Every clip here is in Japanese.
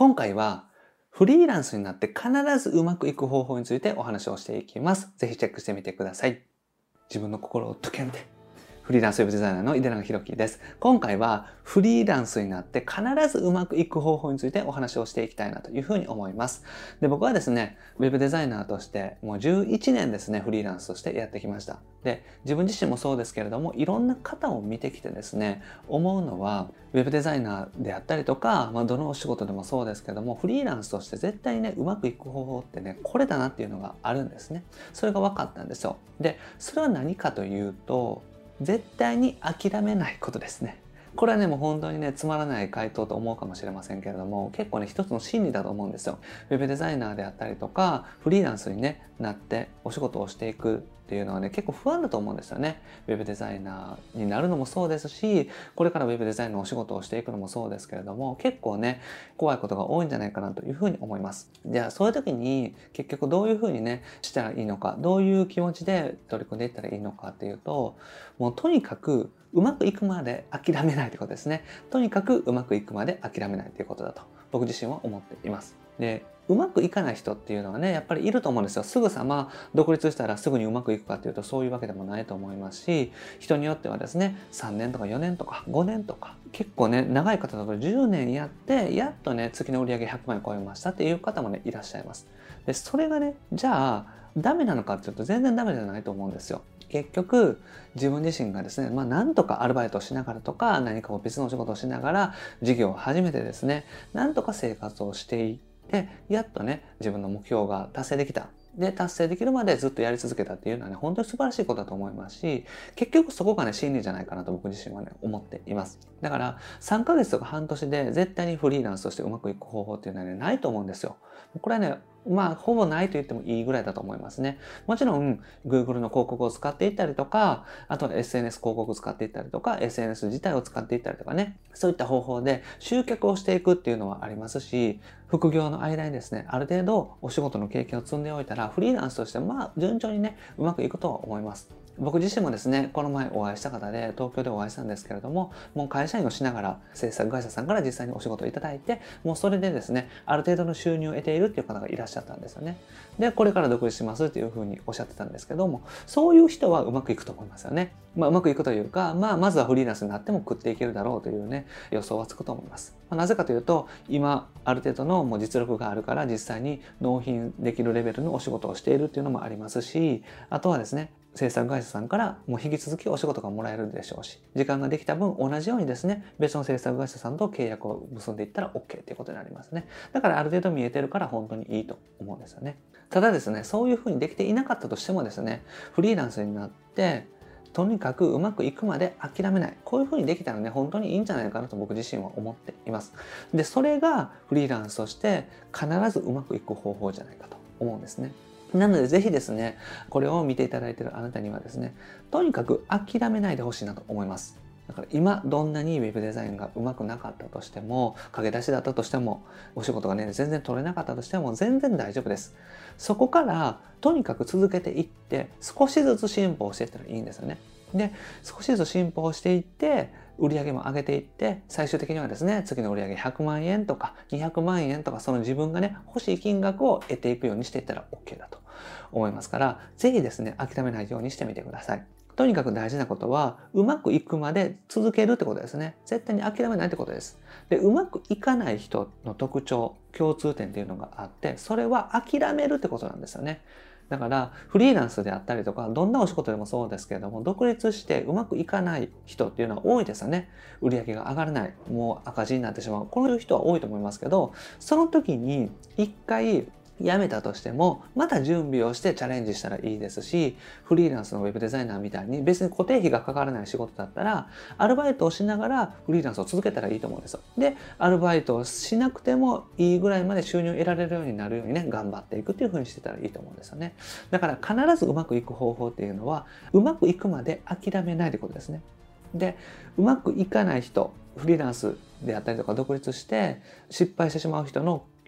今回はフリーランスになって必ずうまくいく方法についてお話をしていきます。ぜひチェックしてみてください。自分の心を解けんで。フリーランスウェブデザイナーの井手永弘樹です。今回はフリーランスになって必ずうまくいく方法についてお話をしていきたいなというふうに思います。で、僕はですね、ウェブデザイナーとしてもう11年ですね、フリーランスとしてやってきました。で、自分自身もそうですけれども、いろんな方を見てきてですね、思うのは、ウェブデザイナーであったりとか、どのお仕事でもそうですけども、フリーランスとして絶対ね、うまくいく方法ってね、これだなっていうのがあるんですね。それが分かったんですよ。で、それは何かというと、絶対に諦めないことですね。これはね、もう本当にね、つまらない回答と思うかもしれませんけれども、結構ね、一つの真理だと思うんですよ。ウェブデザイナーであったりとか、フリーランスに、ね、なってお仕事をしていくっていうのはね、結構不安だと思うんですよね。ウェブデザイナーになるのもそうですし、これからウェブデザインのお仕事をしていくのもそうですけれども、結構ね、怖いことが多いんじゃないかなというふうに思います。じゃあ、そういう時に結局どういうふうにね、したらいいのか、どういう気持ちで取り組んでいったらいいのかっていうと、もうとにかくうまくいくまで諦めないということですね。とにかくうまくいくまで諦めないということだと僕自身は思っています。で、うまくいかない人っていうのはね、やっぱりいると思うんですよ。すぐさま独立したらすぐにうまくいくかっていうとそういうわけでもないと思いますし、人によってはですね、3年とか4年とか5年とか、結構ね、長い方だと10年やって、やっとね、月の売り上げ100万円超えましたっていう方もね、いらっしゃいます。で、それがね、じゃあ、ダメなのかっていうと全然ダメじゃないと思うんですよ。結局自分自身がですね、なんとかアルバイトをしながらとか何か別のお仕事をしながら事業を始めてですね、なんとか生活をしていってやっとね自分の目標が達成できた。で、達成できるまでずっとやり続けたっていうのはね、本当に素晴らしいことだと思いますし、結局そこがね、真理じゃないかなと僕自身はね、思っています。だから、3ヶ月とか半年で絶対にフリーランスとしてうまくいく方法っていうのはね、ないと思うんですよ。これはね、ほぼないと言ってもいいぐらいだと思いますね。もちろん、Google の広告を使っていったりとか、あとは SNS 広告を使っていったりとか、SNS 自体を使っていったりとかね、そういった方法で集客をしていくっていうのはありますし、副業の間にですね、ある程度お仕事の経験を積んでおいたら、フリーランスとして順調にね、うまくいくとは思います。僕自身もですね、この前お会いした方で、東京でお会いしたんですけれども、もう会社員をしながら、制作会社さんから実際にお仕事をいただいて、もうそれでですね、ある程度の収入を得ているっていう方がいらっしゃったんですよね。で、これから独立しますっていうふうにおっしゃってたんですけども、そういう人はうまくいくと思いますよね。うまくいくというか、まずはフリーランスになっても食っていけるだろうというね、予想はつくと思います。なぜかというと、今、ある程度のもう実力があるから、実際に納品できるレベルのお仕事をしているっていうのもありますし、あとはですね、制作会社さんからもう引き続きお仕事がもらえるでしょうし、時間ができた分同じようにですね、別の制作会社さんと契約を結んでいったら OK ということになりますね。だからある程度見えてるから本当にいいと思うんですよね。ただですね、そういうふうにできていなかったとしてもですね、フリーランスになって、とにかくうまくいくまで諦めない。こういうふうにできたらね、本当にいいんじゃないかなと僕自身は思っています。で、それがフリーランスとして必ずうまくいく方法じゃないかと思うんですね。なのでぜひですね、これを見ていただいているあなたにはですね、とにかく諦めないでほしいなと思います。だから今どんなにウェブデザインがうまくなかったとしても、駆け出しだったとしても、お仕事がね、全然取れなかったとしても全然大丈夫です。そこからとにかく続けていって、少しずつ進歩をしていったらいいんですよね。で、少しずつ進歩をしていって、売り上げも上げていって、最終的にはですね、次の売り上げ100万円とか200万円とか、その自分がね、欲しい金額を得ていくようにしていったら OK だと思いますから、ぜひですね、諦めないようにしてみてください。とにかく大事なことは、うまくいくまで続けるってことですね。絶対に諦めないってことです。で、うまくいかない人の特徴、共通点っていうのがあって、それは諦めるってことなんですよね。だからフリーランスであったりとか、どんなお仕事でもそうですけれども、独立してうまくいかない人っていうのは多いですよね。売り上げが上がらない、もう赤字になってしまう、こういう人は多いと思いますけど、その時に一回辞めたとしても、また準備をしてチャレンジしたらいいですし、フリーランスのウェブデザイナーみたいに別に固定費がかからない仕事だったら、アルバイトをしながらフリーランスを続けたらいいと思うんですよ。で、アルバイトをしなくてもいいぐらいまで収入を得られるようになるようにね、頑張っていくっていう風にしてたらいいと思うんですよね。だから必ずうまくいく方法っていうのは、うまくいくまで諦めないってことですね。で、うまくいかない人、フリーランスであったりとか独立して失敗してしまう人の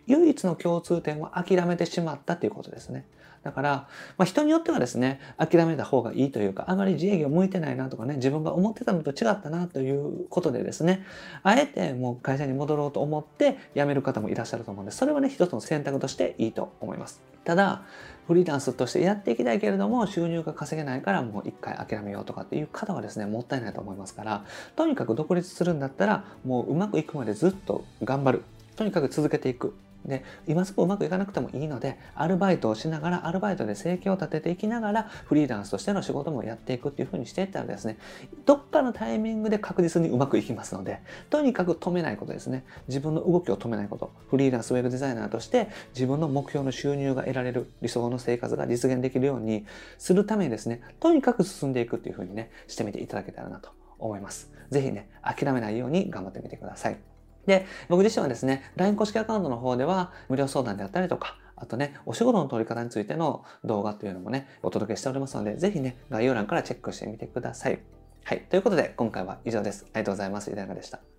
唯一の共通点は諦めてしまったということですね。だから、人によってはですね、諦めた方がいいというか、あまり自営業向いてないなとかね、自分が思ってたのと違ったなということでですね、あえてもう会社に戻ろうと思って辞める方もいらっしゃると思うんで、それはね、一つの選択としていいと思います。ただ、フリーランスとしてやっていきたいけれども、収入が稼げないからもう一回諦めようとかっていう方はですね、もったいないと思いますから、とにかく独立するんだったら、もううまくいくまでずっと頑張る。とにかく続けていく。で、今すぐうまくいかなくてもいいので、アルバイトをしながら、アルバイトで生計を立てていきながら、フリーランスとしての仕事もやっていくっていう風にしていったらですね、どっかのタイミングで確実にうまくいきますので、とにかく止めないことですね。自分の動きを止めないこと。フリーランスウェブデザイナーとして自分の目標の収入が得られる、理想の生活が実現できるようにするためにですね、とにかく進んでいくっていう風にね、してみていただけたらなと思います。ぜひね、諦めないように頑張ってみてください。で、僕自身はですね、LINE 公式アカウントの方では無料相談であったりとか、あとね、お仕事の取り方についての動画というのもね、お届けしておりますので、ぜひね、概要欄からチェックしてみてください。はい。ということで、今回は以上です。ありがとうございます。井田中でした。